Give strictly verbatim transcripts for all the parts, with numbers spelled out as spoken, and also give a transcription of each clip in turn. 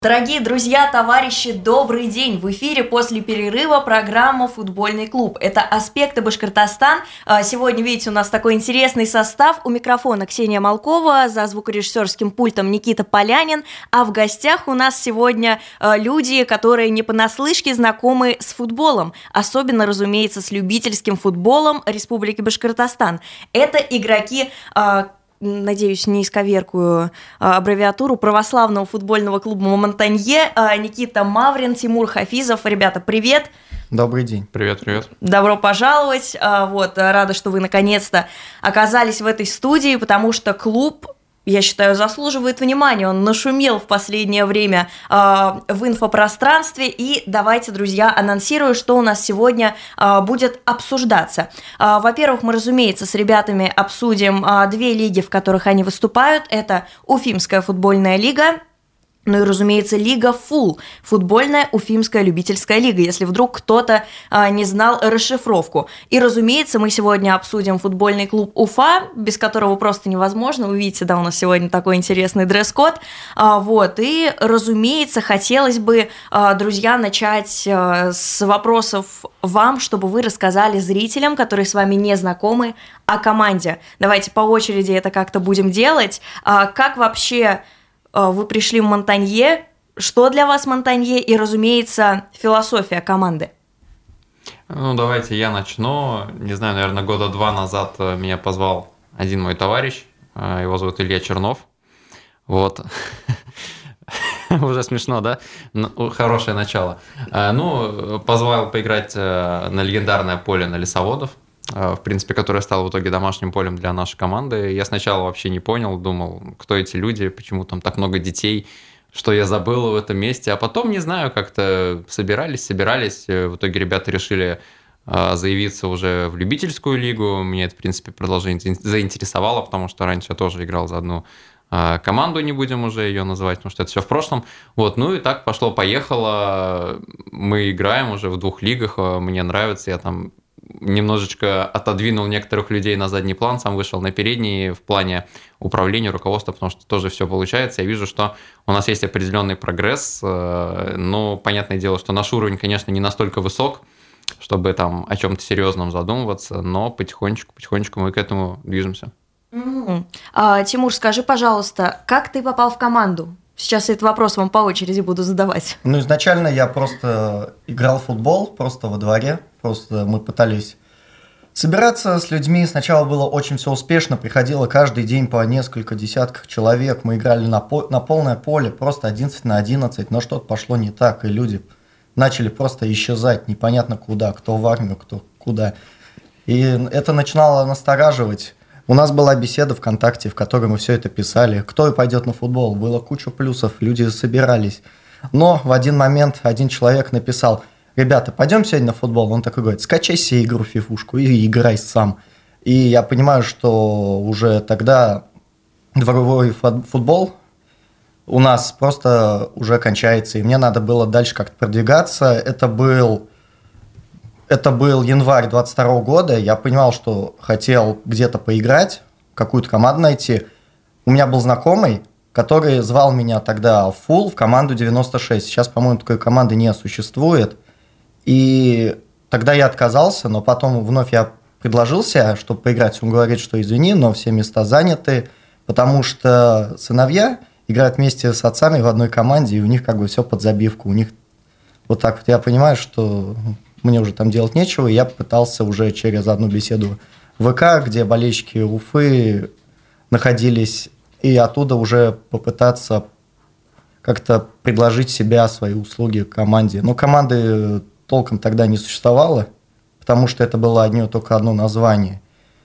Дорогие друзья, товарищи, добрый день! В эфире после перерыва программа «Футбольный клуб». Это «Аспекты Башкортостан». Сегодня, видите, у нас такой интересный состав. У микрофона Ксения Малкова, за звукорежиссерским пультом Никита Полянин. А в гостях у нас сегодня люди, которые не понаслышке знакомы с футболом. Особенно, разумеется, с любительским футболом Республики Башкортостан. Это игроки... надеюсь, не исковеркую аббревиатуру, православного футбольного клуба «Монтанье». Никита Маврин, Тимур Хафизов. Ребята, привет! Добрый день. Привет, привет. Добро пожаловать. Вот, рада, что вы наконец-то оказались в этой студии, потому что клуб, я считаю, заслуживает внимания. Он нашумел в последнее время э, в инфопространстве. И давайте, друзья, анонсирую, что у нас сегодня э, будет обсуждаться. Э, во-первых, мы, разумеется, с ребятами обсудим э, две лиги, в которых они выступают. Это Уфимская футбольная лига. Ну и, разумеется, Лига ФУЛ, футбольная Уфимская любительская лига, если вдруг кто-то а, не знал расшифровку. И, разумеется, мы сегодня обсудим футбольный клуб Уфа, без которого просто невозможно. Вы видите, да, у нас сегодня такой интересный дресс-код. А, вот, и, разумеется, хотелось бы, а, друзья, начать а, с вопросов вам, чтобы вы рассказали зрителям, которые с вами не знакомы, о команде. Давайте по очереди это как-то будем делать. А, как вообще... вы пришли в Монтанье, что для вас Монтанье и, разумеется, философия команды? Ну, давайте я начну. Не знаю, наверное, года два назад меня позвал один мой товарищ, его зовут Илья Чернов. Вот. Уже смешно, да? Хорошее начало. Ну, позвал поиграть на легендарное поле на Лесоводов, в принципе, которое стало в итоге домашним полем для нашей команды. Я сначала вообще не понял, думал, кто эти люди, почему там так много детей, что я забыл в этом месте. А потом, не знаю, как-то собирались, собирались. В итоге ребята решили заявиться уже в любительскую лигу. Меня это, в принципе, продолжение заинтересовало, потому что раньше я тоже играл за одну команду, не будем уже ее называть, потому что это все в прошлом. Вот, ну и так пошло-поехало. Мы играем уже в двух лигах, мне нравится, я там немножечко отодвинул некоторых людей на задний план, сам вышел на передний в плане управления, руководства, потому что тоже все получается. Я вижу, что у нас есть определенный прогресс, но понятное дело, что наш уровень, конечно, не настолько высок, чтобы там о чем-то серьезном задумываться, но потихонечку, потихонечку мы к этому движемся. Mm-hmm. А, Тимур, скажи, пожалуйста, как ты попал в команду? Сейчас этот вопрос вам по очереди буду задавать. Ну, изначально я просто играл в футбол, просто во дворе. Просто мы пытались собираться с людьми. Сначала было очень все успешно. Приходило каждый день по несколько десятков человек. Мы играли на, по- на полное поле, просто одиннадцать на одиннадцать. Но что-то пошло не так, и люди начали просто исчезать. Непонятно куда, кто в армию, кто куда. И это начинало настораживать. У нас была беседа ВКонтакте, в которой мы все это писали. Кто пойдет на футбол? Было куча плюсов, люди собирались. Но в один момент один человек написал: ребята, пойдем сегодня на футбол? Он такой говорит: скачай себе игру фифушку и играй сам. И я понимаю, что уже тогда дворовой футбол у нас просто уже кончается, и мне надо было дальше как-то продвигаться. Это был... Это был январь двадцать второго года, я понимал, что хотел где-то поиграть, какую-то команду найти. У меня был знакомый, который звал меня тогда в ФУЛ, в команду девяносто шесть. Сейчас, по-моему, такой команды не существует. И тогда я отказался, но потом вновь я предложил себя, чтобы поиграть. Он говорит, что извини, но все места заняты, потому что сыновья играют вместе с отцами в одной команде, и у них как бы все под забивку. У них вот так вот я понимаю, что... мне уже там делать нечего, и я пытался уже через одну беседу в ВК, где болельщики Уфы находились, и оттуда уже попытаться как-то предложить себя, свои услуги команде. Но команды толком тогда не существовало, потому что это было одно, только одно название.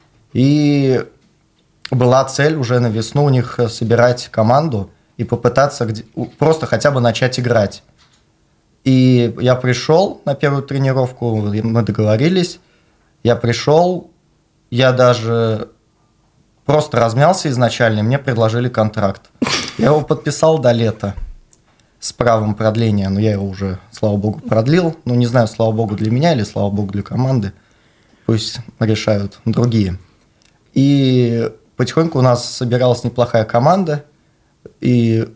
И была цель уже на весну у них собирать команду и попытаться где- просто хотя бы начать играть. И я пришел на первую тренировку, мы договорились, я пришел, я даже просто размялся изначально, мне предложили контракт. Я его подписал до лета с правом продления, но я его уже, слава богу, продлил. Ну, не знаю, слава богу для меня или слава богу для команды, пусть решают другие. И потихоньку у нас собиралась неплохая команда, и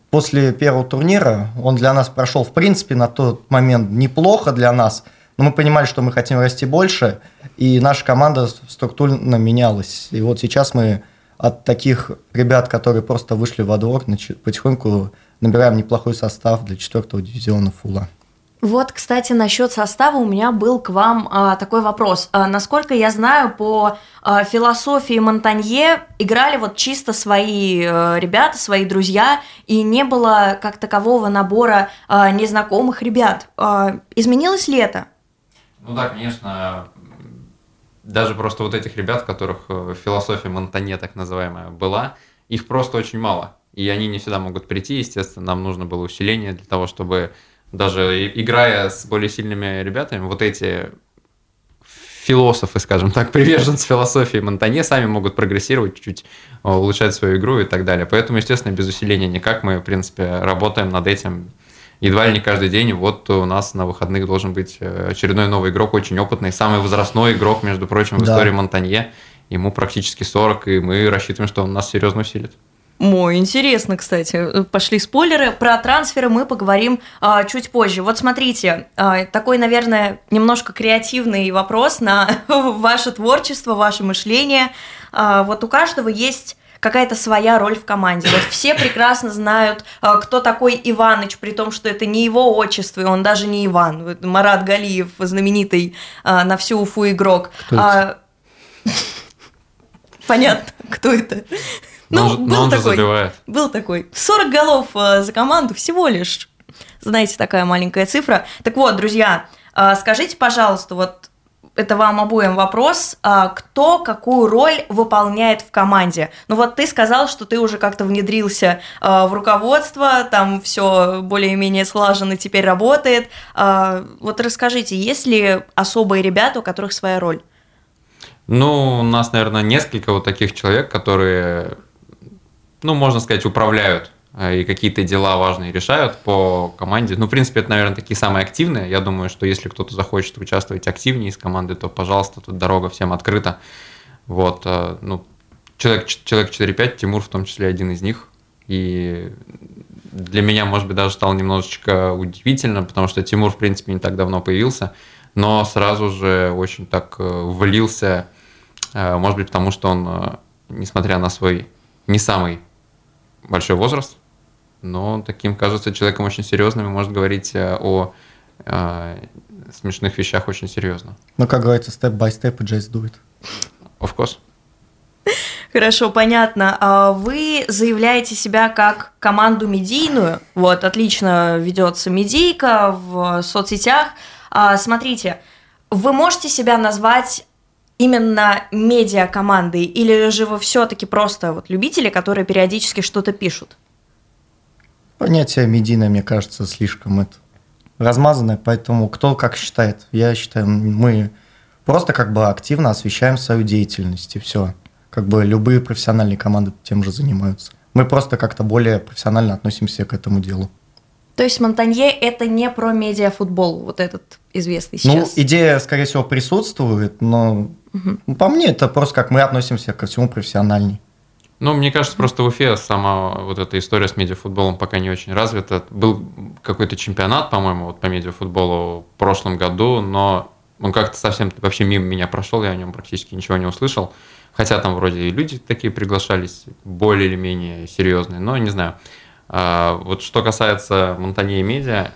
после первого турнира, он для нас прошел, в принципе, на тот момент неплохо для нас, но мы понимали, что мы хотим расти больше, и наша команда структурно менялась. И вот сейчас мы от таких ребят, которые просто вышли во двор, потихоньку набираем неплохой состав для четвертого дивизиона Фула. Вот, кстати, насчет состава у меня был к вам а, такой вопрос. А, насколько я знаю, по а, философии Монтанье играли вот чисто свои а, ребята, свои друзья, и не было как такового набора а, незнакомых ребят. А, изменилось ли это? Ну да, конечно. Даже просто вот этих ребят, которых философия Монтанье так называемая была, их просто очень мало. И они не всегда могут прийти, естественно, нам нужно было усиление для того, чтобы даже играя с более сильными ребятами, вот эти философы, скажем так, приверженцы философии Монтанье сами могут прогрессировать, чуть-чуть улучшать свою игру и так далее. Поэтому, естественно, без усиления никак. Мы, в принципе, работаем над этим едва ли не каждый день. Вот у нас на выходных должен быть очередной новый игрок, очень опытный, самый возрастной игрок, между прочим, в да. истории Монтанье. Ему практически сорок, и мы рассчитываем, что он нас серьезно усилит. Ой, интересно, кстати. Пошли спойлеры. Про трансферы мы поговорим а, чуть позже. Вот смотрите, а, такой, наверное, немножко креативный вопрос на ваше творчество, ваше мышление. А, вот у каждого есть какая-то своя роль в команде. Вот все прекрасно знают, а, кто такой Иваныч, при том, что это не его отчество, и он даже не Иван. Вот Марат Галиев, знаменитый а, на всю Уфу игрок. А, понятно, кто это. Ну, но он, был, но он такой, же забивает. был такой. сорок голов э, за команду всего лишь. Знаете, такая маленькая цифра. Так вот, друзья, э, скажите, пожалуйста, вот это вам обоим вопрос, э, кто какую роль выполняет в команде? Ну вот ты сказал, что ты уже как-то внедрился э, в руководство, там все более-менее слаженно теперь работает. Э, вот расскажите, есть ли особые ребята, у которых своя роль? Ну, у нас, наверное, несколько вот таких человек, которые... ну, можно сказать, управляют и какие-то дела важные решают по команде. Ну, в принципе, это, наверное, такие самые активные. Я думаю, что если кто-то захочет участвовать активнее из команды, то, пожалуйста, тут дорога всем открыта. Вот, ну, человек, человек четыре-пять, Тимур в том числе один из них. И для меня, может быть, даже стало немножечко удивительно, потому что Тимур, в принципе, не так давно появился, но сразу же очень так влился, может быть, потому что он, несмотря на свой не самый большой возраст, но таким кажется человеком очень серьезным и может говорить о, о смешных вещах очень серьезно. Ну, как говорится, step by step и just do it. Of course. Хорошо, понятно. Вы заявляете себя как команду медийную. Вот, отлично ведется медийка в соцсетях. Смотрите, вы можете себя назвать именно медиа-командой, или же вы все-таки просто вот любители, которые периодически что-то пишут? Понятие медийное, мне кажется, слишком это размазанное, поэтому кто как считает. Я считаю, мы просто как бы активно освещаем свою деятельность, и все. Как бы любые профессиональные команды тем же занимаются. Мы просто как-то более профессионально относимся к этому делу. То есть Монтанье – это не про медиафутбол, вот этот известный сейчас? Ну, идея, скорее всего, присутствует, но угу. по мне это просто как мы относимся ко всему профессиональней. Ну, мне кажется, просто в Уфе сама вот эта история с медиафутболом пока не очень развита. Был какой-то чемпионат, по-моему, вот по медиафутболу в прошлом году, но он как-то совсем вообще мимо меня прошел, я о нем практически ничего не услышал. Хотя там вроде и люди такие приглашались, более или менее серьезные, но не знаю. Вот что касается Монтанье и медиа,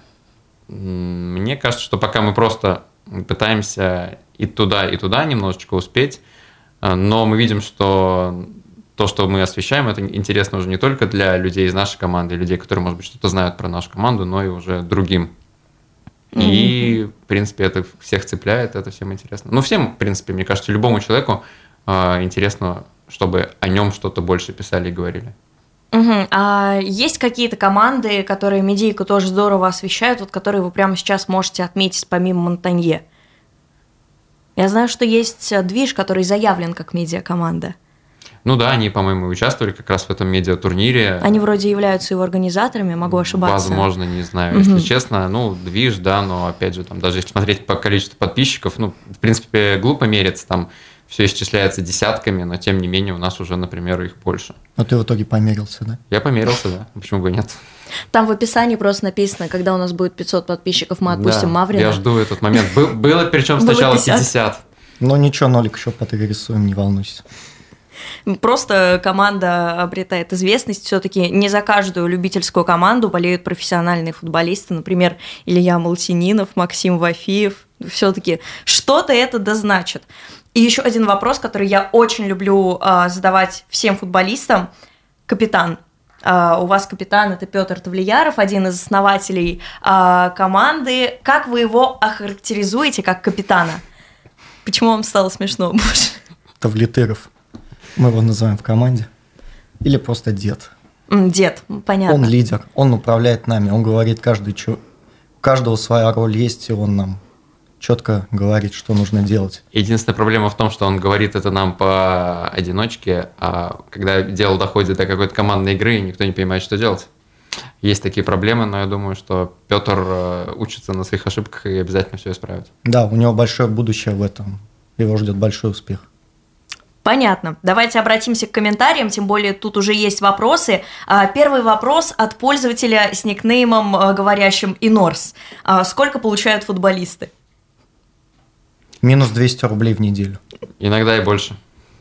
мне кажется, что пока мы просто пытаемся и туда, и туда немножечко успеть, но мы видим, что то, что мы освещаем, это интересно уже не только для людей из нашей команды, людей, которые, может быть, что-то знают про нашу команду, но и уже другим. Mm-hmm. И, в принципе, это всех цепляет, это всем интересно. Ну, всем, в принципе, мне кажется, любому человеку э, интересно, чтобы о нем что-то больше писали и говорили. Угу. А есть какие-то команды, которые медийку тоже здорово освещают, вот которые вы прямо сейчас можете отметить помимо Монтанье? Я знаю, что есть Движ, который заявлен как медиакоманда. Ну да, они, по-моему, участвовали как раз в этом медиатурнире. Они вроде являются его организаторами, могу ошибаться. Возможно, не знаю, если угу. честно. Ну, Движ, да, но опять же, там, даже если смотреть по количеству подписчиков, ну, в принципе, глупо мериться там все исчисляется десятками, но тем не менее у нас уже, например, их больше. Но ты в итоге померился, да? Я померился, да. Почему бы и нет? Там в описании просто написано, когда у нас будет пятьсот подписчиков, мы отпустим Да, Маврина. я жду этот момент. Был- Было причем Было сначала пятьдесят. пятьдесят. Ну ничего, нолик еще подрисуем, не волнуйся. Просто команда обретает известность. Все-таки не за каждую любительскую команду болеют профессиональные футболисты. Например, Илья Молчанинов, Максим Вафиев. Все-таки что-то это да значит. И еще один вопрос, который я очень люблю а, задавать всем футболистам. Капитан. А, у вас капитан – это Петр Тавлияров, один из основателей а, команды. Как вы его охарактеризуете как капитана? Почему вам стало смешно, Боже? Тавлетыров. Мы его называем в команде. Или просто дед. М, Дед, понятно. Он лидер, он управляет нами, он говорит, каждый, чё- у каждого своя роль есть, и он нам четко говорит, что нужно делать. Единственная проблема в том, что он говорит это нам поодиночке, а когда дело доходит до какой-то командной игры, никто не понимает, что делать. Есть такие проблемы, но я думаю, что Петр э, учится на своих ошибках и обязательно все исправит. Да, у него большое будущее в этом. Его ждет большой успех. Понятно. Давайте обратимся к комментариям, тем более тут уже есть вопросы. А, Первый вопрос от пользователя с никнеймом, а, говорящим Инорс. А, Сколько получают футболисты? Минус двести рублей в неделю. Иногда и больше.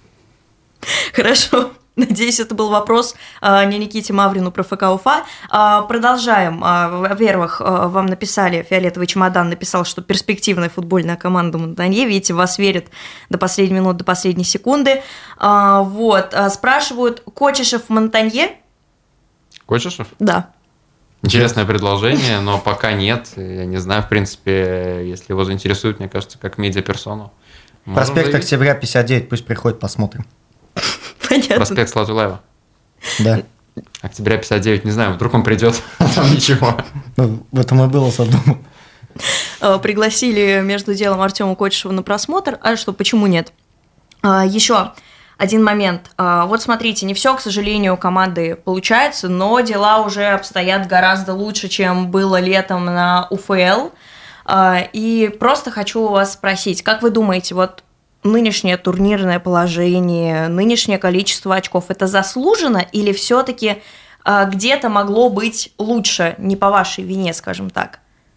Хорошо. Надеюсь, это был вопрос а, не Никите Маврину про ФК Уфа. А, Продолжаем. А, Во-первых, а, вам написали, Фиолетовый чемодан написал, что перспективная футбольная команда Монтанье. Видите, в вас верит до последней минуты, до последней секунды. А, Вот. А, Спрашивают, Кочешев в Монтанье? Кочешев? Да. Интересное предложение, но пока нет. Я не знаю, в принципе, если его заинтересует, мне кажется, как медиаперсону. Можем Проспект заявить. Октября, пятьдесят девять, пусть приходит, посмотрим. Понятно. Проспект Славутулаева. Да. Октября пятьдесят девять, не знаю, вдруг он придет, а там ничего. Ну, в этом и было задумано. Э, Пригласили между делом Артема Кочешева на просмотр. А что, почему нет? А, Еще один момент. А, Вот смотрите, не все, к сожалению, у команды получается, но дела уже обстоят гораздо лучше, чем было летом на УФЛ. А, И просто хочу у вас спросить, как вы думаете, вот нынешнее турнирное положение, нынешнее количество очков, это заслуженно или все-таки где-то могло быть лучше, не по вашей вине, скажем так?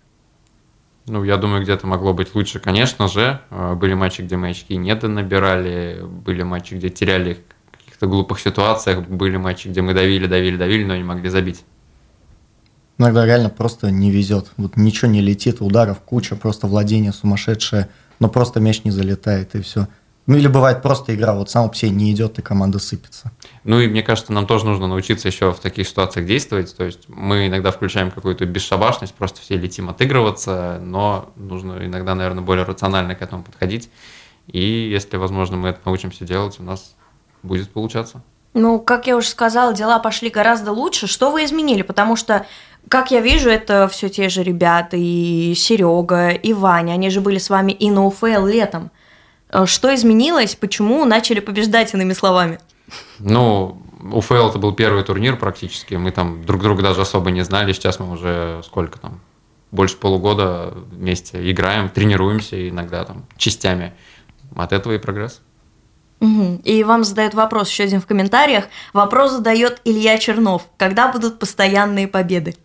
Ну, я думаю, где-то могло быть лучше, конечно же. Э, Были матчи, где мы очки не набирали, были матчи, где теряли их в каких-то глупых ситуациях, были матчи, где мы давили, давили, давили, но не могли забить. Иногда реально просто не везет. Вот ничего не летит, ударов куча, просто владение сумасшедшее, но просто мяч не залетает, и все. Ну или бывает просто игра, вот сама по себе не идет, и команда сыпется. Ну и мне кажется, нам тоже нужно научиться еще в таких ситуациях действовать. То есть мы иногда включаем какую-то бесшабашность, просто все летим отыгрываться, но нужно иногда, наверное, более рационально к этому подходить. И если, возможно, мы это научимся делать, у нас будет получаться. Ну, как я уже сказала, дела пошли гораздо лучше. Что вы изменили? Потому что, как я вижу, это все те же ребята, и Серега, и Ваня. Они же были с вами и на УФЛ летом. Что изменилось? Почему начали побеждать, иными словами? Ну, УФЛ это был первый турнир практически. Мы там друг друга даже особо не знали. Сейчас мы уже сколько там? Больше полугода вместе играем, тренируемся иногда там частями. От этого и прогресс. Угу. И вам задают вопрос еще один в комментариях. Вопрос задает Илья Чернов. Когда будут постоянные победы?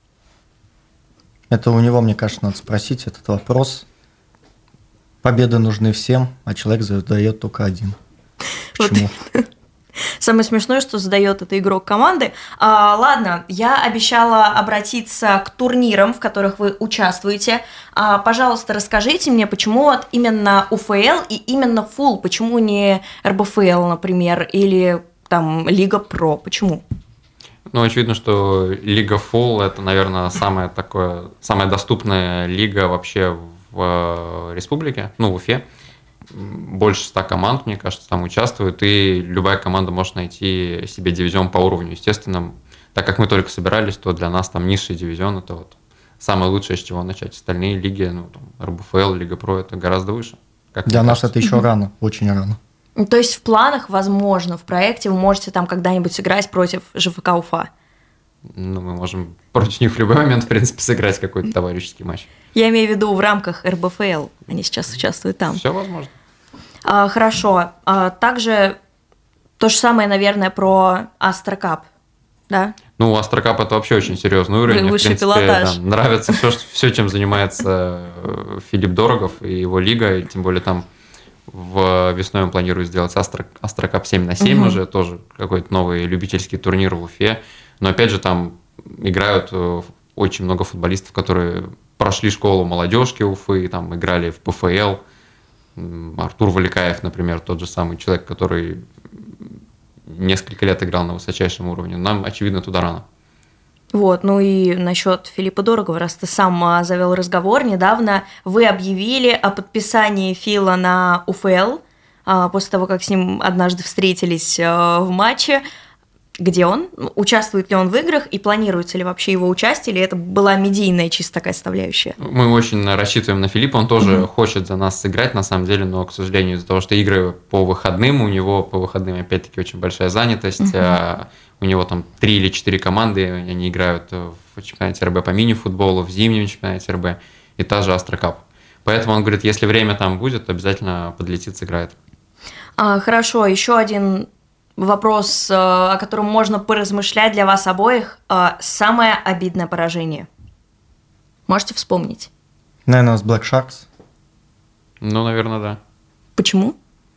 Это у него, мне кажется, надо спросить этот вопрос. Победы нужны всем, а человек задает только один. Почему? Вот. Самое смешное, что задает это игрок команды. А, ладно, я обещала обратиться к турнирам, в которых вы участвуете. А, пожалуйста, расскажите мне, почему вот именно УФЛ и именно ФУЛ, почему не эр бэ эф эл, например, или там Лига Про, почему? Ну, очевидно, что Лига ФУЛ это, наверное, самая такое, самая доступная лига вообще в республике, ну, в Уфе. Больше ста команд, мне кажется, там участвуют, и любая команда может найти себе дивизион по уровню. Естественно, так как мы только собирались, то для нас там низший дивизион – это вот самое лучшее, с чего начать. Остальные лиги, ну, там, эр бэ эф эл, Лига Про – это гораздо выше. Как Для нас кажется. это еще рано, очень рано. Ну, то есть в планах, возможно, в проекте вы можете там когда-нибудь сыграть против ЖФК Уфа? Ну, мы можем против них в любой момент, в принципе, сыграть какой-то товарищеский матч. Я имею в виду в рамках эр бэ эф эл, они сейчас участвуют там. Все возможно. А, хорошо. А, также то же самое, наверное, про Астрокап, да? Ну, Астрокап – это вообще очень серьезный уровень. Мне, Высший в принципе, пилотаж. Да, нравится все, все, чем занимается Филипп Дорогов и его лига, и тем более там в весной он планирует сделать Астро, Астрокап семь на семь угу. уже, тоже какой-то новый любительский турнир в Уфе. Но опять же там играют очень много футболистов, которые прошли школу молодежки Уфы, там играли в ПФЛ. Артур Валикаев, например, тот же самый человек, который несколько лет играл на высочайшем уровне. Нам, очевидно, туда рано. Вот, ну и насчет Филиппа Дорогова, раз ты сам завел разговор, недавно вы объявили о подписании Фила на УФЛ, после того, как с ним однажды встретились в матче. Где он? Участвует ли он в играх и планируется ли вообще его участие, или это была медийная чисто такая составляющая? Мы очень рассчитываем на Филиппа, он тоже mm-hmm. хочет за нас сыграть, на самом деле, но, к сожалению, из-за того, что игры по выходным, у него по выходным, опять-таки, очень большая занятость, mm-hmm. а у него там три или четыре команды, они играют в чемпионате эр бэ по мини-футболу, в зимнем чемпионате эр бэ, и та же Астрокап. Поэтому он говорит, если время там будет, обязательно подлетит, сыграет. А, хорошо, еще один вопрос, о котором можно поразмышлять для вас обоих. Самое обидное поражение. Можете вспомнить? Наверное, с Black Sharks. Ну, наверное, да. Почему?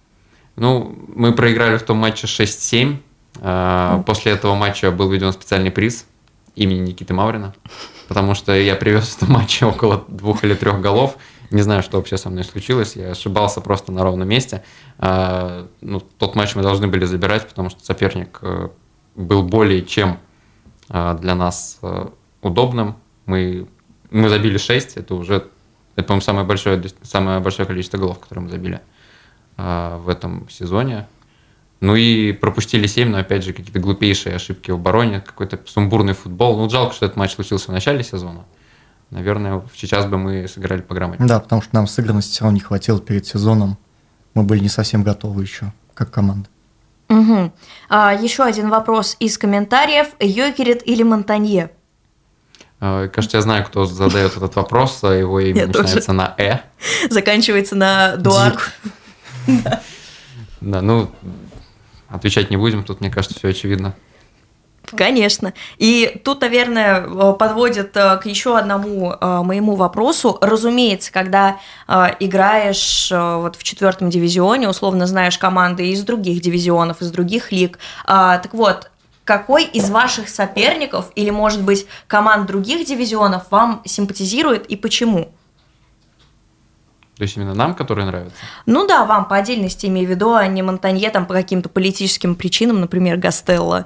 Ну, мы проиграли в том матче шесть семь. Mm. После этого матча был введен специальный приз имени Никиты Маврина, потому что я привез в этом матче около двух или трех голов. Не знаю, что вообще со мной случилось, я ошибался просто на ровном месте. А, ну, тот матч мы должны были забирать, потому что соперник был более чем для нас удобным. Мы, мы забили шесть, это уже, это, по-моему, самое большое, самое большое количество голов, которые мы забили а, в этом сезоне. Ну и пропустили семь, но опять же какие-то глупейшие ошибки в обороне, какой-то сумбурный футбол. Ну, жалко, что этот матч случился в начале сезона. Наверное, сейчас бы мы сыграли пограмотнее. Да, потому что нам сыгранности все равно не хватило перед сезоном. Мы были не совсем готовы еще, как команда. Угу. А, еще один вопрос из комментариев. Йокерит или Монтанье? А, кажется, я знаю, кто задает этот вопрос. Его имя я начинается тоже. На «э». Заканчивается на «дуарт». Да, ну, отвечать не будем. Тут, мне кажется, все очевидно. Конечно. И тут, наверное, подводит к еще одному моему вопросу. Разумеется, когда играешь вот в четвертом дивизионе, условно знаешь команды из других дивизионов, из других лиг. Так вот, какой из ваших соперников или, может быть, команд других дивизионов вам симпатизирует и почему? То есть именно нам, которые нравятся? Ну да, вам по отдельности имею в виду, а не Монтанье там по каким-то политическим причинам, например, Гастелло.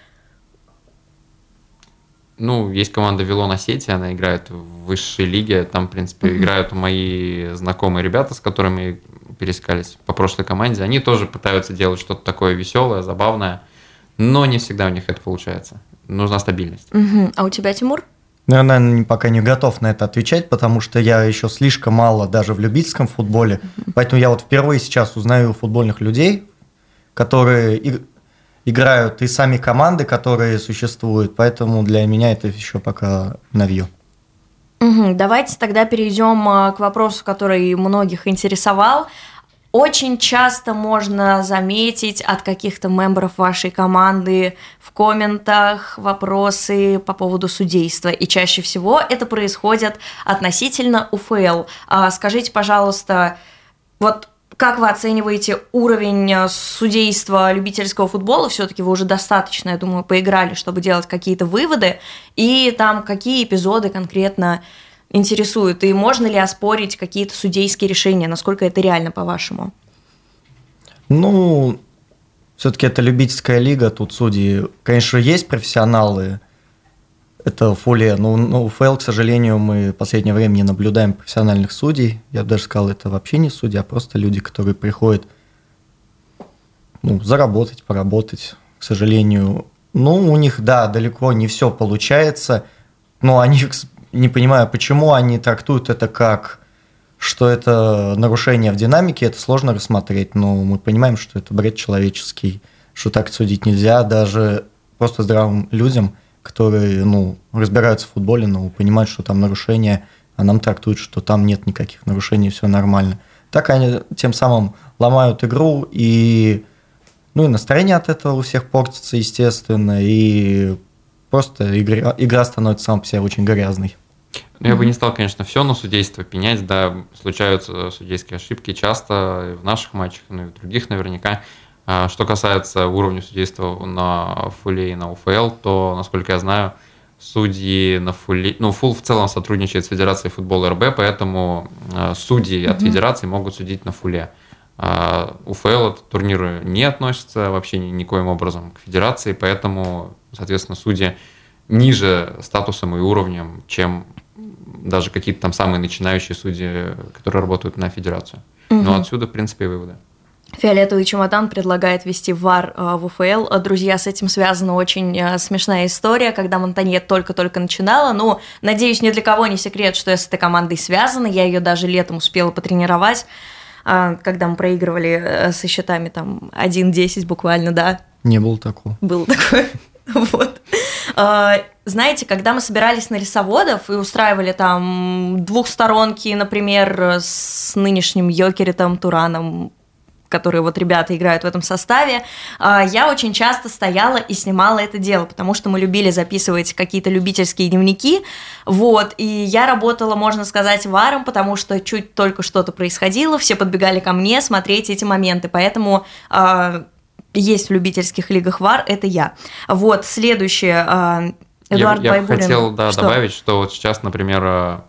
Ну, есть команда Вилон Осетия, она играет в высшей лиге, там, в принципе, mm-hmm. играют мои знакомые ребята, с которыми пересекались по прошлой команде, они тоже пытаются делать что-то такое веселое, забавное, но не всегда у них это получается, нужна стабильность. Mm-hmm. А у тебя, Тимур? Ну, я, наверное, пока не готов на это отвечать, потому что я еще слишком мало даже в любительском футболе, mm-hmm. поэтому я вот впервые сейчас узнаю футбольных людей, которые играют и сами команды, которые существуют, поэтому для меня это еще пока новье. Угу, давайте тогда перейдем к вопросу, который многих интересовал. Очень часто можно заметить от каких-то мемберов вашей команды в комментах вопросы по поводу судейства, и чаще всего это происходит относительно УФЛ. Скажите, пожалуйста, вот как вы оцениваете уровень судейства любительского футбола? Все-таки вы уже достаточно, я думаю, поиграли, чтобы делать какие-то выводы. И там какие эпизоды конкретно интересуют? И можно ли оспорить какие-то судейские решения? Насколько это реально, по-вашему? Ну, все-таки это любительская лига. Тут судьи, конечно, есть профессионалы. Это фуле, но ну, УФЛ, к сожалению, мы в последнее время не наблюдаем профессиональных судей. Я бы даже сказал, это вообще не судьи, а просто люди, которые приходят ну, заработать, поработать, к сожалению. Ну, у них, да, далеко не все получается, но они, не понимаю, почему они трактуют это как, что это нарушение в динамике, это сложно рассмотреть, но мы понимаем, что это бред человеческий, что так судить нельзя даже просто здравым людям, которые, ну, разбираются в футболе, но понимают, что там нарушения, а нам трактуют, что там нет никаких нарушений, все нормально. Так они тем самым ломают игру, и, ну, и настроение от этого у всех портится, естественно, и просто игра, игра становится сама по себе очень грязной. Я бы не стал, конечно, все на судейство пенять, да, случаются судейские ошибки часто и в наших матчах, ну и в других наверняка. Что касается уровня судейства на фуле и на УФЛ, то, насколько я знаю, судьи на фуле, ну, фул в целом сотрудничает с Федерацией футбола РБ, поэтому судьи от Федерации могут судить на фуле. УФЛ этот турнир не относится вообще никоим образом к Федерации, поэтому, соответственно, судьи ниже статусом и уровнем, чем даже какие-то там самые начинающие судьи, которые работают на Федерацию. Угу. Но отсюда, в принципе, и выводы. Фиолетовый чемодан предлагает ввести ВАР в УФЛ. Друзья, с этим связана очень смешная история, когда Монтанье только-только начинала. Ну, надеюсь, ни для кого не секрет, что я с этой командой связана. Я ее даже летом успела потренировать, когда мы проигрывали со счетами там один десять буквально, да. Не было такого. Было такое. Вот. Знаете, когда мы собирались на лесоводов и устраивали там двухсторонки, например, с нынешним Йокеритом, Тураном, которые вот ребята играют в этом составе, я очень часто стояла и снимала это дело, потому что мы любили записывать какие-то любительские дневники, вот, и я работала, можно сказать, варом, потому что чуть только что-то происходило, все подбегали ко мне смотреть эти моменты, поэтому есть в любительских лигах ВАР, это я. Вот, следующее, Эдуард я, Байбурин. Я хотел да, что? добавить, что вот сейчас, например,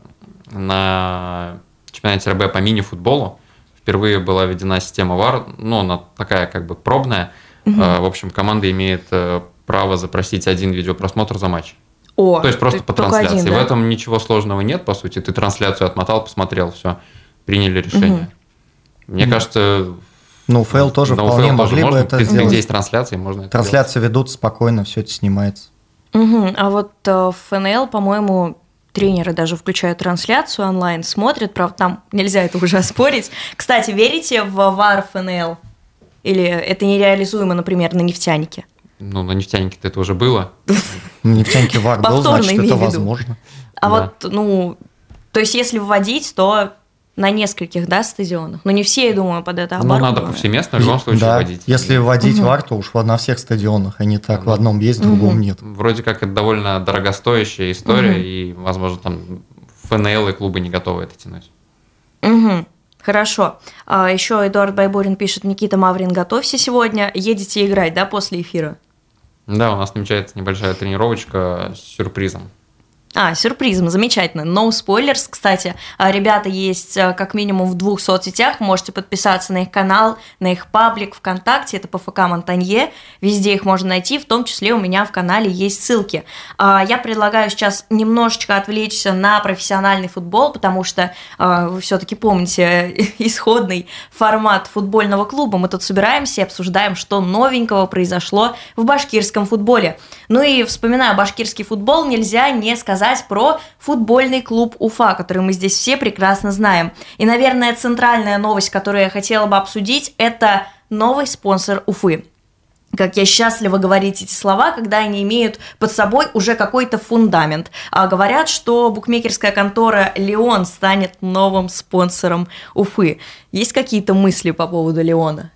на чемпионате РБ по мини-футболу впервые была введена система ВАР, ну, она такая как бы пробная. Угу. В общем, команда имеет право запросить один видеопросмотр за матч. О, то есть просто по трансляции. Один, да? В этом ничего сложного нет, по сути. Ты трансляцию отмотал, посмотрел, все, приняли решение. Угу. Мне угу. кажется... Ну, УФЛ тоже на вполне УФЛ могли тоже бы это можно, сделать. где есть трансляции, можно это Трансляции делать. Ведут спокойно, все это снимается. Угу. А вот в ФНЛ, по-моему, тренеры даже включают трансляцию онлайн, смотрят, правда, там нельзя это уже оспорить. Кстати, верите в ВАР ФНЛ? Или это нереализуемо, например, на нефтянике? Ну, на нефтянике-то это уже было. На нефтянике ВАР был, значит, это возможно. А вот, ну, то есть, если вводить, то на нескольких, да, стадионах. Но не все, я думаю, под это оборудованы. Ну, надо повсеместно в любом случае да. вводить. Если вводить угу. ВАР, то уж на всех стадионах, а не так, угу. в одном есть, в другом угу. нет. Вроде как это довольно дорогостоящая история, угу. и, возможно, там ФНЛ и клубы не готовы это тянуть. Угу. Хорошо. А еще Эдуард Байбурин пишет: Никита Маврин, готовься сегодня, едете играть, да, после эфира? Да, у нас намечается небольшая тренировочка с сюрпризом. А, сюрпризом, замечательно. No spoilers, кстати. Ребята есть как минимум в двух соцсетях. Можете подписаться на их канал, на их паблик ВКонтакте. Это ПФК Монтанье. Везде их можно найти, в том числе у меня в канале есть ссылки. Я предлагаю сейчас немножечко отвлечься на профессиональный футбол, потому что вы все-таки помните исходный формат футбольного клуба. Мы тут собираемся и обсуждаем, что новенького произошло в башкирском футболе. Ну и вспоминая башкирский футбол, нельзя не сказать про футбольный клуб Уфа, который мы здесь все прекрасно знаем. И, наверное, центральная новость, которую я хотела бы обсудить, это новый спонсор Уфы. Как я счастлива говорить эти слова, когда они имеют под собой уже какой-то фундамент. А говорят, что букмекерская контора «Леон» станет новым спонсором Уфы. Есть какие-то мысли по поводу «Леона»?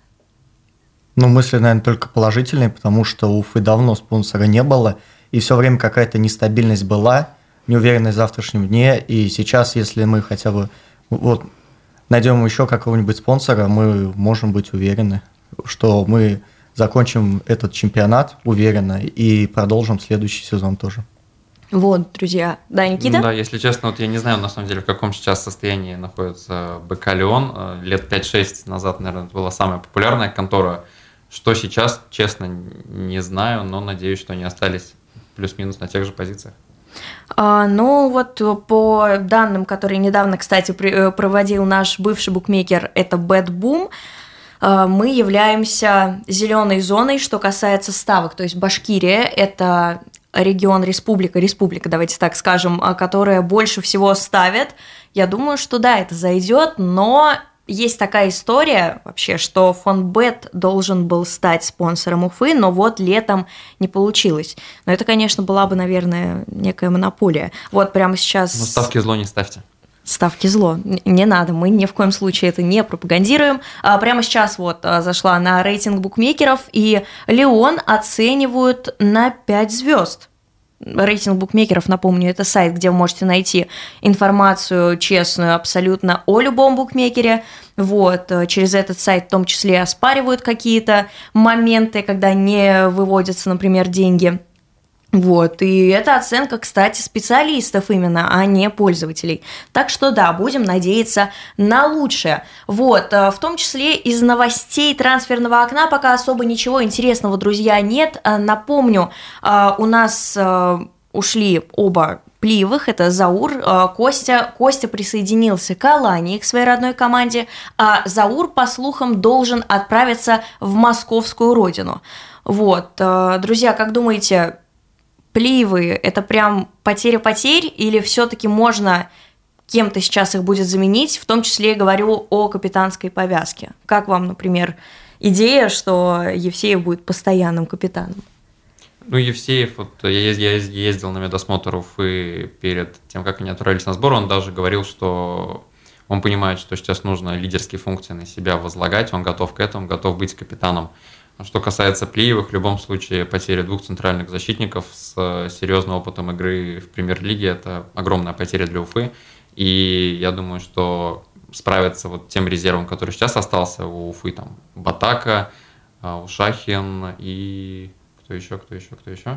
Ну, мысли, наверное, только положительные, потому что у Уфы давно спонсора не было, и все время какая-то нестабильность была, неуверенность в завтрашнем дне, и сейчас, если мы хотя бы вот, найдем еще какого-нибудь спонсора, мы можем быть уверены, что мы закончим этот чемпионат уверенно и продолжим следующий сезон тоже. Вот, друзья. Да, Никита? Да, если честно, вот я не знаю, на самом деле, в каком сейчас состоянии находится БК «Леон». Лет пять-шесть назад, наверное, это была самая популярная контора. Что сейчас, честно, не знаю, но надеюсь, что они остались плюс-минус на тех же позициях. А, ну вот по данным, которые недавно, кстати, проводил наш бывший букмекер, это BetBoom, мы являемся зеленой зоной, что касается ставок. То есть Башкирия – это регион, республика, республика, давайте так скажем, которая больше всего ставит. Я думаю, что да, это зайдет, но есть такая история вообще, что Фонбет должен был стать спонсором Уфы, но вот летом не получилось. Но это, конечно, была бы, наверное, некая монополия. Вот прямо сейчас... Ну, ставки зло не ставьте. Ставки зло. Не надо, мы ни в коем случае это не пропагандируем. А прямо сейчас вот зашла на рейтинг букмекеров, и Лион оценивают на пять звезд. Рейтинг букмекеров, напомню, это сайт, где вы можете найти информацию честную абсолютно о любом букмекере. Вот, через этот сайт в том числе оспаривают какие-то моменты, когда не выводятся, например, деньги. Вот, и это оценка, кстати, специалистов именно, а не пользователей. Так что да, будем надеяться на лучшее. Вот, в том числе из новостей трансферного окна пока особо ничего интересного, друзья, нет. Напомню, у нас ушли оба Плиевых, это Заур, Костя. Костя присоединился к Алании, к своей родной команде, а Заур, по слухам, должен отправиться в московскую родину. Вот, друзья, как думаете, Плиевы – это прям потеря потерь, или все-таки можно кем-то сейчас их будет заменить, в том числе я говорю о капитанской повязке. Как вам, например, идея, что Евсеев будет постоянным капитаном? Ну, Евсеев, вот я ездил на медосмотр Уфы перед тем, как они отправились на сбор, он даже говорил, что он понимает, что сейчас нужно лидерские функции на себя возлагать, он готов к этому, готов быть капитаном. Что касается Плиевых, в любом случае потеря двух центральных защитников с серьезным опытом игры в премьер-лиге – это огромная потеря для Уфы. И я думаю, что справиться вот тем резервом, который сейчас остался у Уфы, там Батака, Ушахин и кто еще, кто еще, кто еще?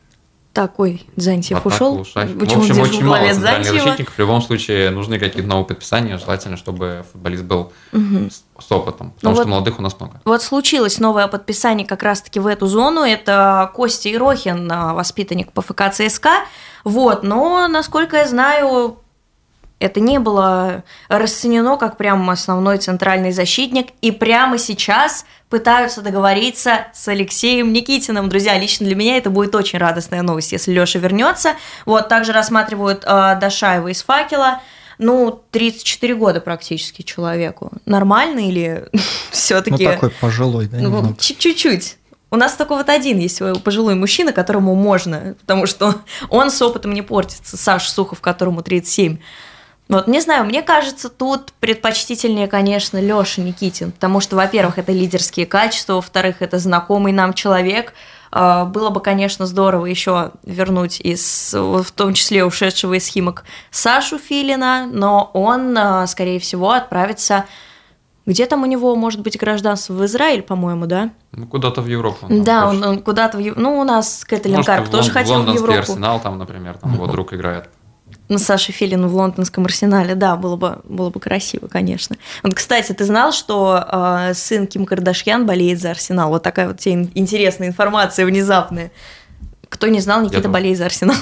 Такой, Зантьев Батака, ушел. Ушахин. В общем, очень мало центральных защитников. В любом случае нужны какие-то новые подписания. Желательно, чтобы футболист был угу. с, с опытом, потому ну что вот, молодых у нас много. Вот случилось новое подписание как раз-таки в эту зону. Это Костя Ерохин, воспитанник ПФК ЦСКА. Вот, но, насколько я знаю, это не было расценено как прям основной центральный защитник. И прямо сейчас пытаются договориться с Алексеем Никитиным. Друзья, лично для меня это будет очень радостная новость, если Леша вернется. Вот, также рассматривают э, Дашаева из «Факела». Ну, тридцать четыре года практически человеку. Нормально или все-таки... Ну, такой пожилой, да? Ну, чуть-чуть. У нас только вот один есть пожилой мужчина, которому можно, потому что он с опытом не портится. Саша Сухов, которому тридцать семь. Вот, не знаю, мне кажется, тут предпочтительнее, конечно, Лёша Никитин, потому что, во-первых, это лидерские качества, во-вторых, это знакомый нам человек. Было бы, конечно, здорово еще вернуть из, в том числе ушедшего из Химок, Сашу Филина, но он, скорее всего, отправится... Где там у него, может быть, гражданство? В Израиль, по-моему, да? Ну, куда-то в Европу. Он да, он, он куда-то в Европу. Ну, у нас Кэтлин Карп тоже хотел в Европу. Лондонский Арсенал там, например, там его друг играет. Ну, Саша Филин в лондонском Арсенале, да, было бы, было бы красиво, конечно. Вот, кстати, ты знал, что э, сын Ким Кардашьян болеет за Арсенал? Вот такая вот тебе интересная информация внезапная. Кто не знал, Никита болеет за Арсенал.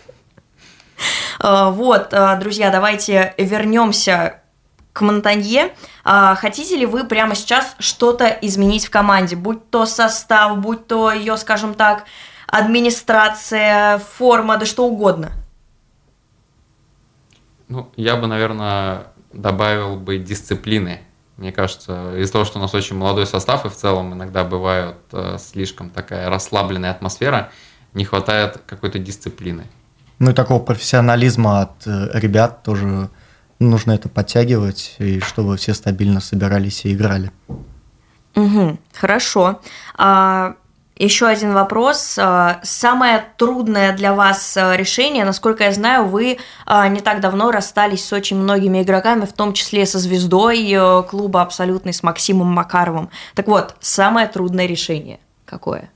Вот, друзья, давайте вернемся к Монтанье. Хотите ли вы прямо сейчас что-то изменить в команде? Будь то состав, будь то ее, скажем так, администрация, форма, да что угодно. Ну, я бы, наверное, добавил бы дисциплины. Мне кажется, из-за того, что у нас очень молодой состав, и в целом иногда бывает э, слишком такая расслабленная атмосфера, не хватает какой-то дисциплины. Ну и такого профессионализма от э, ребят тоже нужно это подтягивать, и чтобы все стабильно собирались и играли. Угу, хорошо. А... Еще один вопрос. Самое трудное для вас решение, насколько я знаю, вы не так давно расстались с очень многими игроками, в том числе со звездой клуба абсолютный, с Максимом Макаровым. Так вот, самое трудное решение какое?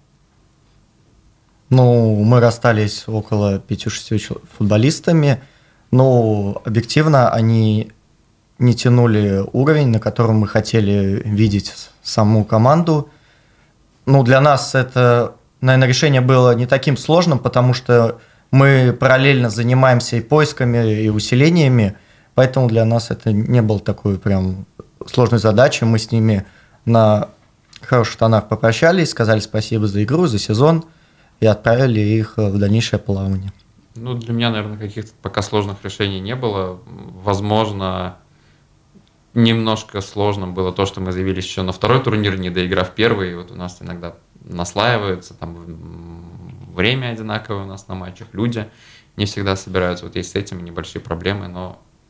Ну, мы расстались около пяти-шести футболистами, но объективно они не тянули уровень, на котором мы хотели видеть саму команду. Ну, для нас это, наверное, решение было не таким сложным, потому что мы параллельно занимаемся и поисками, и усилениями, поэтому для нас это не было такой прям сложной задачей. Мы с ними на хороших тонах попрощались, сказали спасибо за игру, за сезон и отправили их в дальнейшее плавание. Ну, для меня, наверное, каких-то пока сложных решений не было. Возможно, немножко сложным было то, что мы заявились еще на второй турнир, не доиграв первый. И вот у нас иногда наслаиваются, там время одинаковое у нас на матчах, люди не всегда собираются. Вот есть с этим небольшие проблемы, но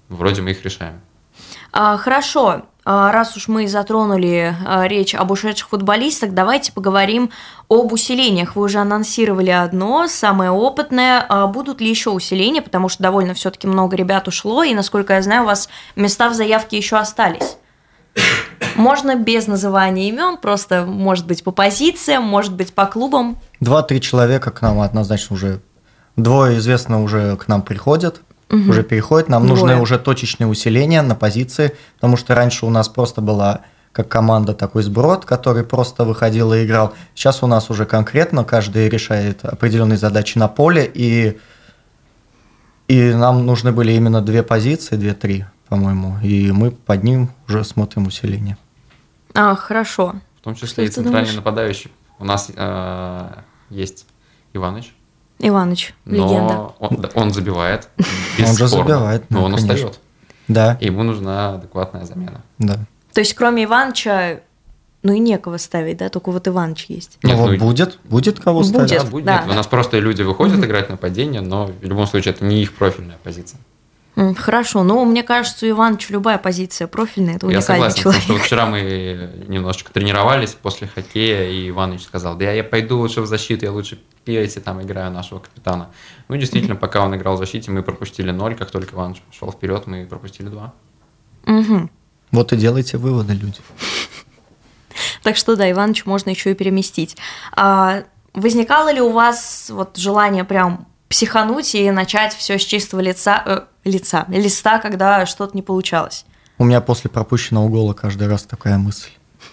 вроде мы их решаем. А, хорошо, а, раз уж мы затронули а, речь об ушедших футболистах, давайте поговорим об усилениях. Вы уже анонсировали одно, самое опытное. А будут ли еще усиления, потому что довольно все-таки много ребят ушло, и, насколько я знаю, у вас места в заявке еще остались. Можно без называния имен, просто, может быть, по позициям, может быть, по клубам. Два-три человека к нам однозначно уже, двое известно уже к нам приходят. Угу. Уже переходит. Нам Двое. нужны уже точечные усиления на позиции, потому что раньше у нас просто была как команда такой сброд, который просто выходил и играл. Сейчас у нас уже конкретно каждый решает определенные задачи на поле, и, и нам нужны были именно две позиции, две-три, по-моему, и мы под ним уже смотрим усиление. А, хорошо. В том числе Что и центральный нападающий. У нас э, есть Иваныч. Иваныч, легенда. Он, он забивает. Он же забивает. Но он устает. Да. И ему нужна адекватная замена. Да. То есть, кроме Иваныча, ну и некого ставить, да? Только вот Иваныч есть. Нет, ну, вот будет, будет кого будет, ставить. Да, будет. Да. У нас просто люди выходят mm-hmm. играть нападение, но в любом случае это не их профильная позиция. Хорошо, но мне кажется, у Иваныча любая позиция профильная, это уникальный я согласен, человек. Потому что вот вчера мы немножечко тренировались после хоккея, и Иваныч сказал, да я, я пойду лучше в защиту, я лучше пейте, там играю нашего капитана. Ну, действительно, пока он играл в защите, мы пропустили ноль, как только Иваныч пошел вперед, мы пропустили два. Угу. Вот и делайте выводы, люди. Так что да, Иваныч можно еще и переместить. А возникало ли у вас вот желание прям психануть и начать все с чистого лица, э, лица, листа, когда что-то не получалось? У меня после пропущенного гола каждый раз такая мысль.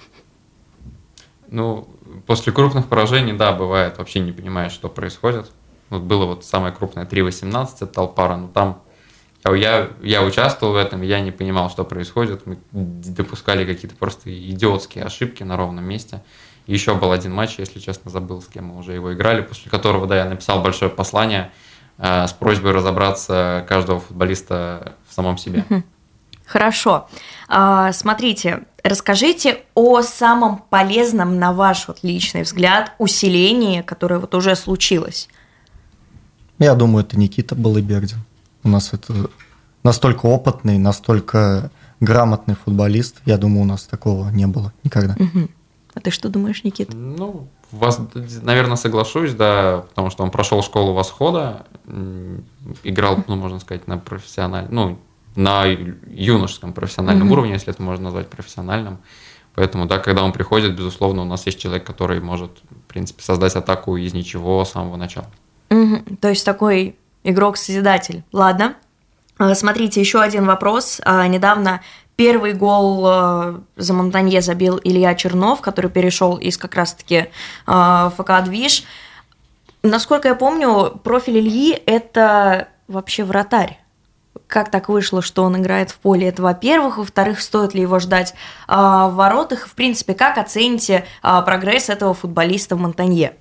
Ну, после крупных поражений, да, бывает, вообще не понимаешь, что происходит. Вот было вот самое крупное три восемнадцать от Талпара, но там я, я участвовал в этом, я не понимал, что происходит. Мы допускали какие-то просто идиотские ошибки на ровном месте. Еще был один матч, если честно, забыл, с кем мы уже его играли, после которого, да, я написал большое послание э, с просьбой разобраться каждого футболиста в самом себе. Хорошо. А, смотрите, расскажите о самом полезном, на ваш вот личный взгляд, усилении, которое вот уже случилось. Я думаю, это Никита Балыбердин. У нас это настолько опытный, настолько грамотный футболист. Я думаю, у нас такого не было никогда. Угу. А ты что думаешь, Никита? Ну, вас, наверное, соглашусь, да, потому что он прошел школу Восхода, играл, ну, можно сказать, на профессиональном, ну, на юношеском профессиональном mm-hmm. уровне, если это можно назвать профессиональным. Поэтому, да, когда он приходит, безусловно, у нас есть человек, который может, в принципе, создать атаку из ничего с самого начала. Mm-hmm. То есть такой игрок-созидатель. Ладно. Смотрите, еще один вопрос. Недавно первый гол за Монтанье забил Илья Чернов, который перешел из как раз-таки ФК «Движ». Насколько я помню, профиль Ильи – это вообще вратарь. Как так вышло, что он играет в поле? Это, во-первых. Во-вторых, стоит ли его ждать а, в воротах? В принципе, как оцените а, прогресс этого футболиста в Монтанье?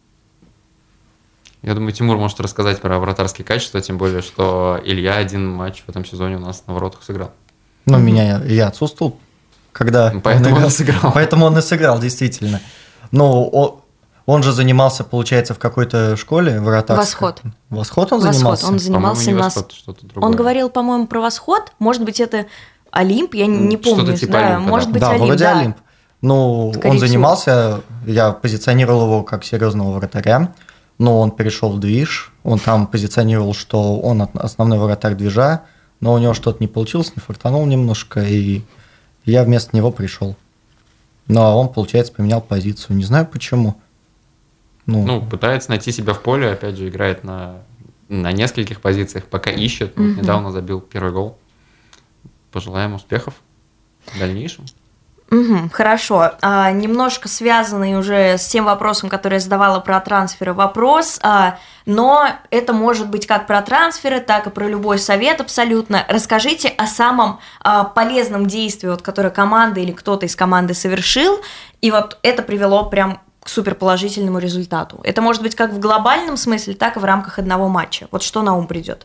Я думаю, Тимур может рассказать про вратарские качества, тем более, что Илья один матч в этом сезоне у нас на воротах сыграл. Ну, mm-hmm. меня я отсутствовал, когда поэтому он, он сыграл. Поэтому он и сыграл, действительно. Но он, он же занимался, получается, в какой-то школе вратарской. Восход. Восход он Восход. занимался? Он занимался не нас. Восход, что-то другое. Он говорил, по-моему, про Восход. Может быть, это Олимп, я не помню. Что-то типа да, Олимпа, может да. быть, да, Олимп. вроде да. Олимп. Ну, Скорее он всего. занимался, я позиционировал его как серьезного вратаря, но он перешел в Движ, он там позиционировал, что он основной вратарь Движа, но у него что-то не получилось, не фартанул немножко, и я вместо него пришел. Ну, а он, получается, поменял позицию. Не знаю почему. Ну, ну пытается найти себя в поле, опять же, играет на, на нескольких позициях, пока ищет. Mm-hmm. Вот недавно забил первый гол. Пожелаем успехов в дальнейшем. Угу, хорошо. А, немножко связанный уже с тем вопросом, который я задавала про трансферы, вопрос, а, но это может быть как про трансферы, так и про любой совет абсолютно. Расскажите о самом а, полезном действии, вот, которое команда или кто-то из команды совершил, и вот это привело прям к суперположительному результату. Это может быть как в глобальном смысле, так и в рамках одного матча. Вот что на ум придет?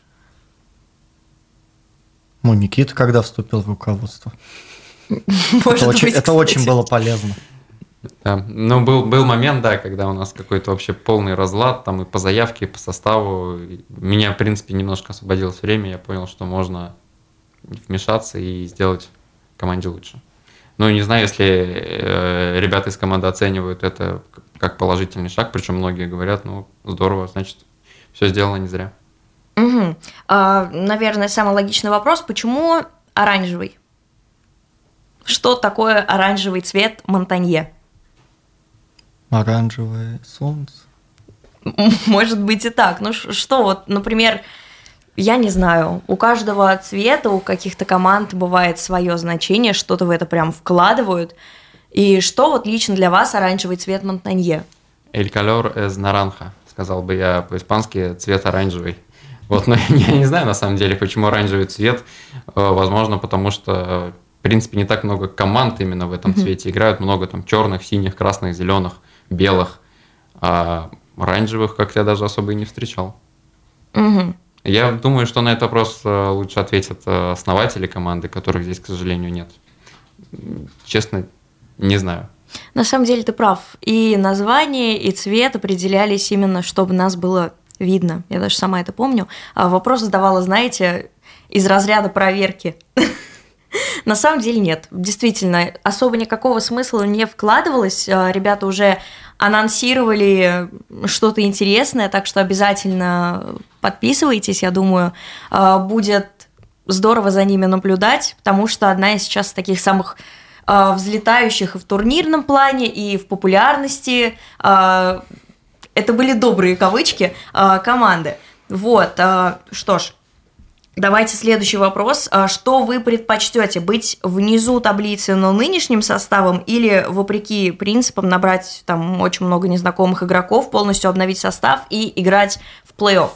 Ну, Никита когда вступил в руководство? Может это быть, очень, это очень кстати. было полезно. Да. Ну, был, был момент, да, когда у нас какой-то вообще полный разлад, там и по заявке, и по составу. Меня, в принципе, немножко освободилось время, я понял, что можно вмешаться и сделать команде лучше. Ну, не знаю, если э, ребята из команды оценивают это как положительный шаг, причем многие говорят, ну, здорово, значит, все сделано не зря. Угу. А, наверное, самый логичный вопрос, почему оранжевый? Что такое оранжевый цвет Монтанье? Оранжевое солнце. Может быть и так. Ну что, вот, например, я не знаю, у каждого цвета, у каких-то команд бывает свое значение, что-то в это прям вкладывают. И что вот лично для вас оранжевый цвет Монтанье? El color es naranja, сказал бы я по-испански, цвет оранжевый. Вот, но я не знаю на самом деле, почему оранжевый цвет. Возможно, потому что, в принципе, не так много команд именно в этом цвете играют. Много там черных, синих, красных, зеленых, белых. А оранжевых как-то я даже особо и не встречал. Угу. Я думаю, что на этот вопрос лучше ответят основатели команды, которых здесь, к сожалению, нет. Честно, не знаю. На самом деле ты прав. И название, и цвет определялись именно, чтобы нас было видно. Я даже сама это помню. А вопрос задавала, знаете, из разряда проверки. На самом деле нет. Действительно, особо никакого смысла не вкладывалось. Ребята уже анонсировали что-то интересное, так что обязательно подписывайтесь. Я думаю, будет здорово за ними наблюдать, потому что одна из сейчас таких самых взлетающих и в турнирном плане, и в популярности. Это были добрые кавычки команды. Вот, что ж. Давайте следующий вопрос. Что вы предпочтете, быть внизу таблицы, но нынешним составом, или, вопреки принципам, набрать там очень много незнакомых игроков, полностью обновить состав и играть в плей-офф?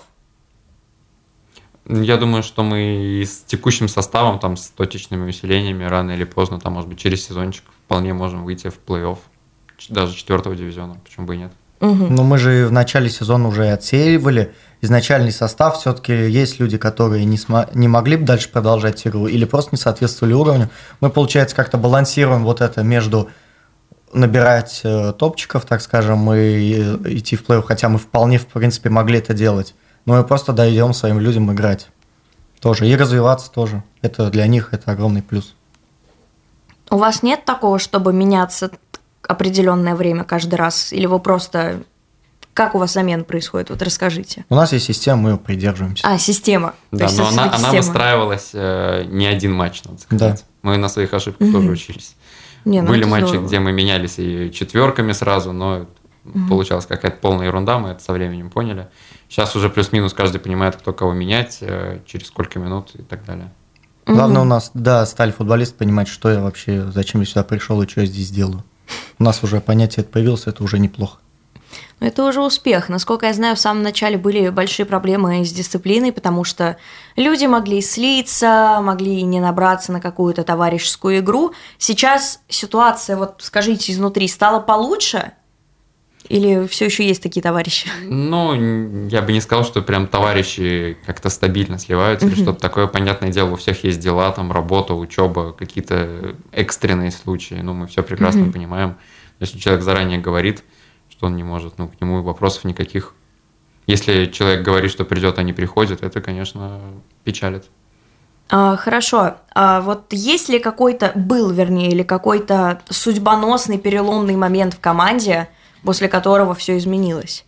Я думаю, что мы с текущим составом, там, с точечными усилениями, рано или поздно, там, может быть, через сезончик вполне можем выйти в плей-офф, даже четвертого дивизиона, почему бы и нет. Угу. Но мы же в начале сезона уже отсеивали изначальный состав. Все-таки есть люди, которые не, см- не могли бы дальше продолжать игру или просто не соответствовали уровню. Мы, получается, как-то балансируем вот это между набирать э, топчиков, так скажем, и идти в плей-офф, хотя мы вполне, в принципе, могли это делать. Но мы просто даем своим людям играть тоже и развиваться тоже. Это для них это огромный плюс. У вас нет такого, чтобы меняться определенное время каждый раз? Или вы просто... Как у вас замена происходит? Вот расскажите. У нас есть система, мы ее придерживаемся. А, система. Да, но она, она выстраивалась э, не один матч, надо сказать. Да. Мы на своих ошибках угу. тоже учились. Не, ну Были матчи, здорово. Где мы менялись и четверками сразу, но угу. получалась какая-то полная ерунда, мы это со временем поняли. Сейчас уже плюс-минус каждый понимает, кто кого менять, э, через сколько минут и так далее. Главное у нас, да, стали футболисты понимать, что я вообще, зачем я сюда пришел и что я здесь делаю. У нас уже понятие это появилось, это уже неплохо. Но это уже успех. Насколько я знаю, в самом начале были большие проблемы с дисциплиной, потому что люди могли слиться, могли не набраться на какую-то товарищескую игру. Сейчас ситуация, вот скажите, изнутри стала получше? Или все еще есть такие товарищи? Ну, я бы не сказал, что прям товарищи как-то стабильно сливаются или что-то такое. Понятное дело, у всех есть дела, там работа, учеба, какие-то экстренные случаи. Ну, мы все прекрасно понимаем. Если человек заранее говорит, что он не может, ну, к нему вопросов никаких. Если человек говорит, что придет, а не приходит, это, конечно, печалит. А, хорошо. А вот есть ли какой-то, был, вернее, или какой-то судьбоносный переломный момент в команде, после которого все изменилось?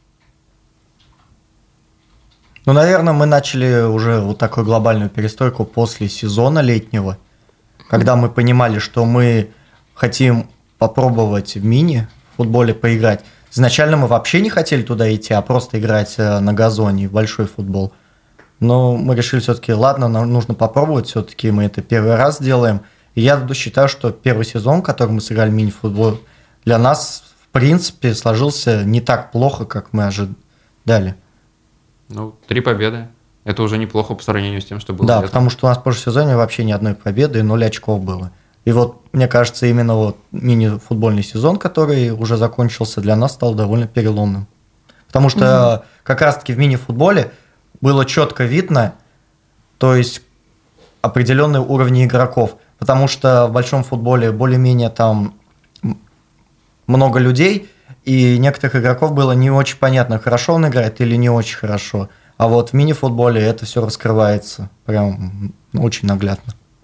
Ну, наверное, мы начали уже вот такую глобальную перестройку после сезона летнего, когда мы понимали, что мы хотим попробовать в мини-футболе поиграть. Изначально мы вообще не хотели туда идти, а просто играть на газоне в большой футбол. Но мы решили все-таки, ладно, нам нужно попробовать, все-таки мы это первый раз делаем. И я считаю, что первый сезон, который мы сыграли в мини-футбол, для нас, в принципе, сложился не так плохо, как мы ожидали. Ну, три победы. Это уже неплохо по сравнению с тем, что было. Да, летом. Потому что у нас в прошлом сезоне вообще ни одной победы и ноль очков было. И вот, мне кажется, именно вот мини-футбольный сезон, который уже закончился, для нас стал довольно переломным. Потому что угу. как раз-таки в мини-футболе было четко видно, то есть определенные уровни игроков. Потому что в большом футболе более-менее там много людей, и некоторых игроков было не очень понятно, хорошо он играет или не очень хорошо. А вот в мини-футболе это все раскрывается прям очень наглядно.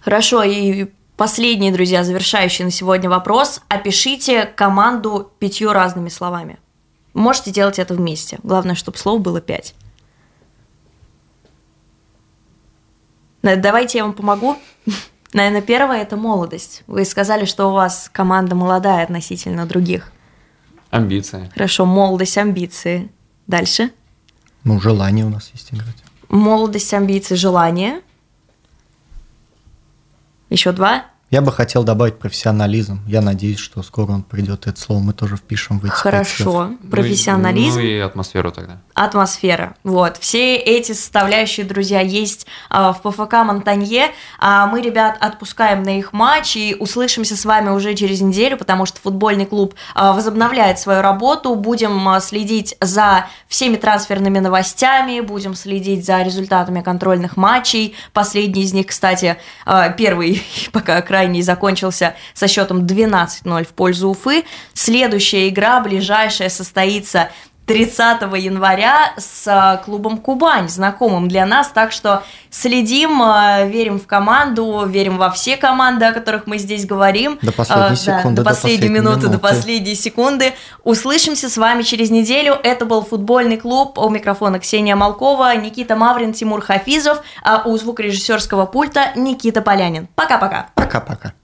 Хорошо, и последний, друзья, завершающий на сегодня вопрос. Опишите команду пятью разными словами. Можете делать это вместе. Главное, чтобы слов было пять. Давайте я вам помогу. Наверное, первое – это молодость. Вы сказали, что у вас команда молодая относительно других. Амбиции. Хорошо, молодость, амбиции. Дальше. Ну, желание у нас есть играть. Молодость, амбиции, желание. Еще два. Я бы хотел добавить профессионализм. Я надеюсь, что скоро он придет, это слово мы тоже впишем в эти Хорошо. Профессионализм. Ну и, ну и атмосферу тогда. Атмосфера. Вот. Все эти составляющие, друзья, есть а, в ПФК Монтанье. А мы, ребят, отпускаем на их матч и услышимся с вами уже через неделю, потому что футбольный клуб а, возобновляет свою работу. Будем а, следить за всеми трансферными новостями, будем следить за результатами контрольных матчей. Последний из них, кстати, а, первый пока крайний закончился со счетом двенадцать ноль в пользу Уфы. Следующая игра, ближайшая, состоится тридцатого января с клубом «Кубань», знакомым для нас, так что следим, верим в команду, верим во все команды, о которых мы здесь говорим. До последней секунды. Да, до, до последней минуты, минуты, до последней секунды. Услышимся с вами через неделю. Это был футбольный клуб. У микрофона Ксения Малкова, Никита Маврин, Тимур Хафизов, а у звукорежиссерского пульта Никита Полянин. Пока-пока. Пока-пока.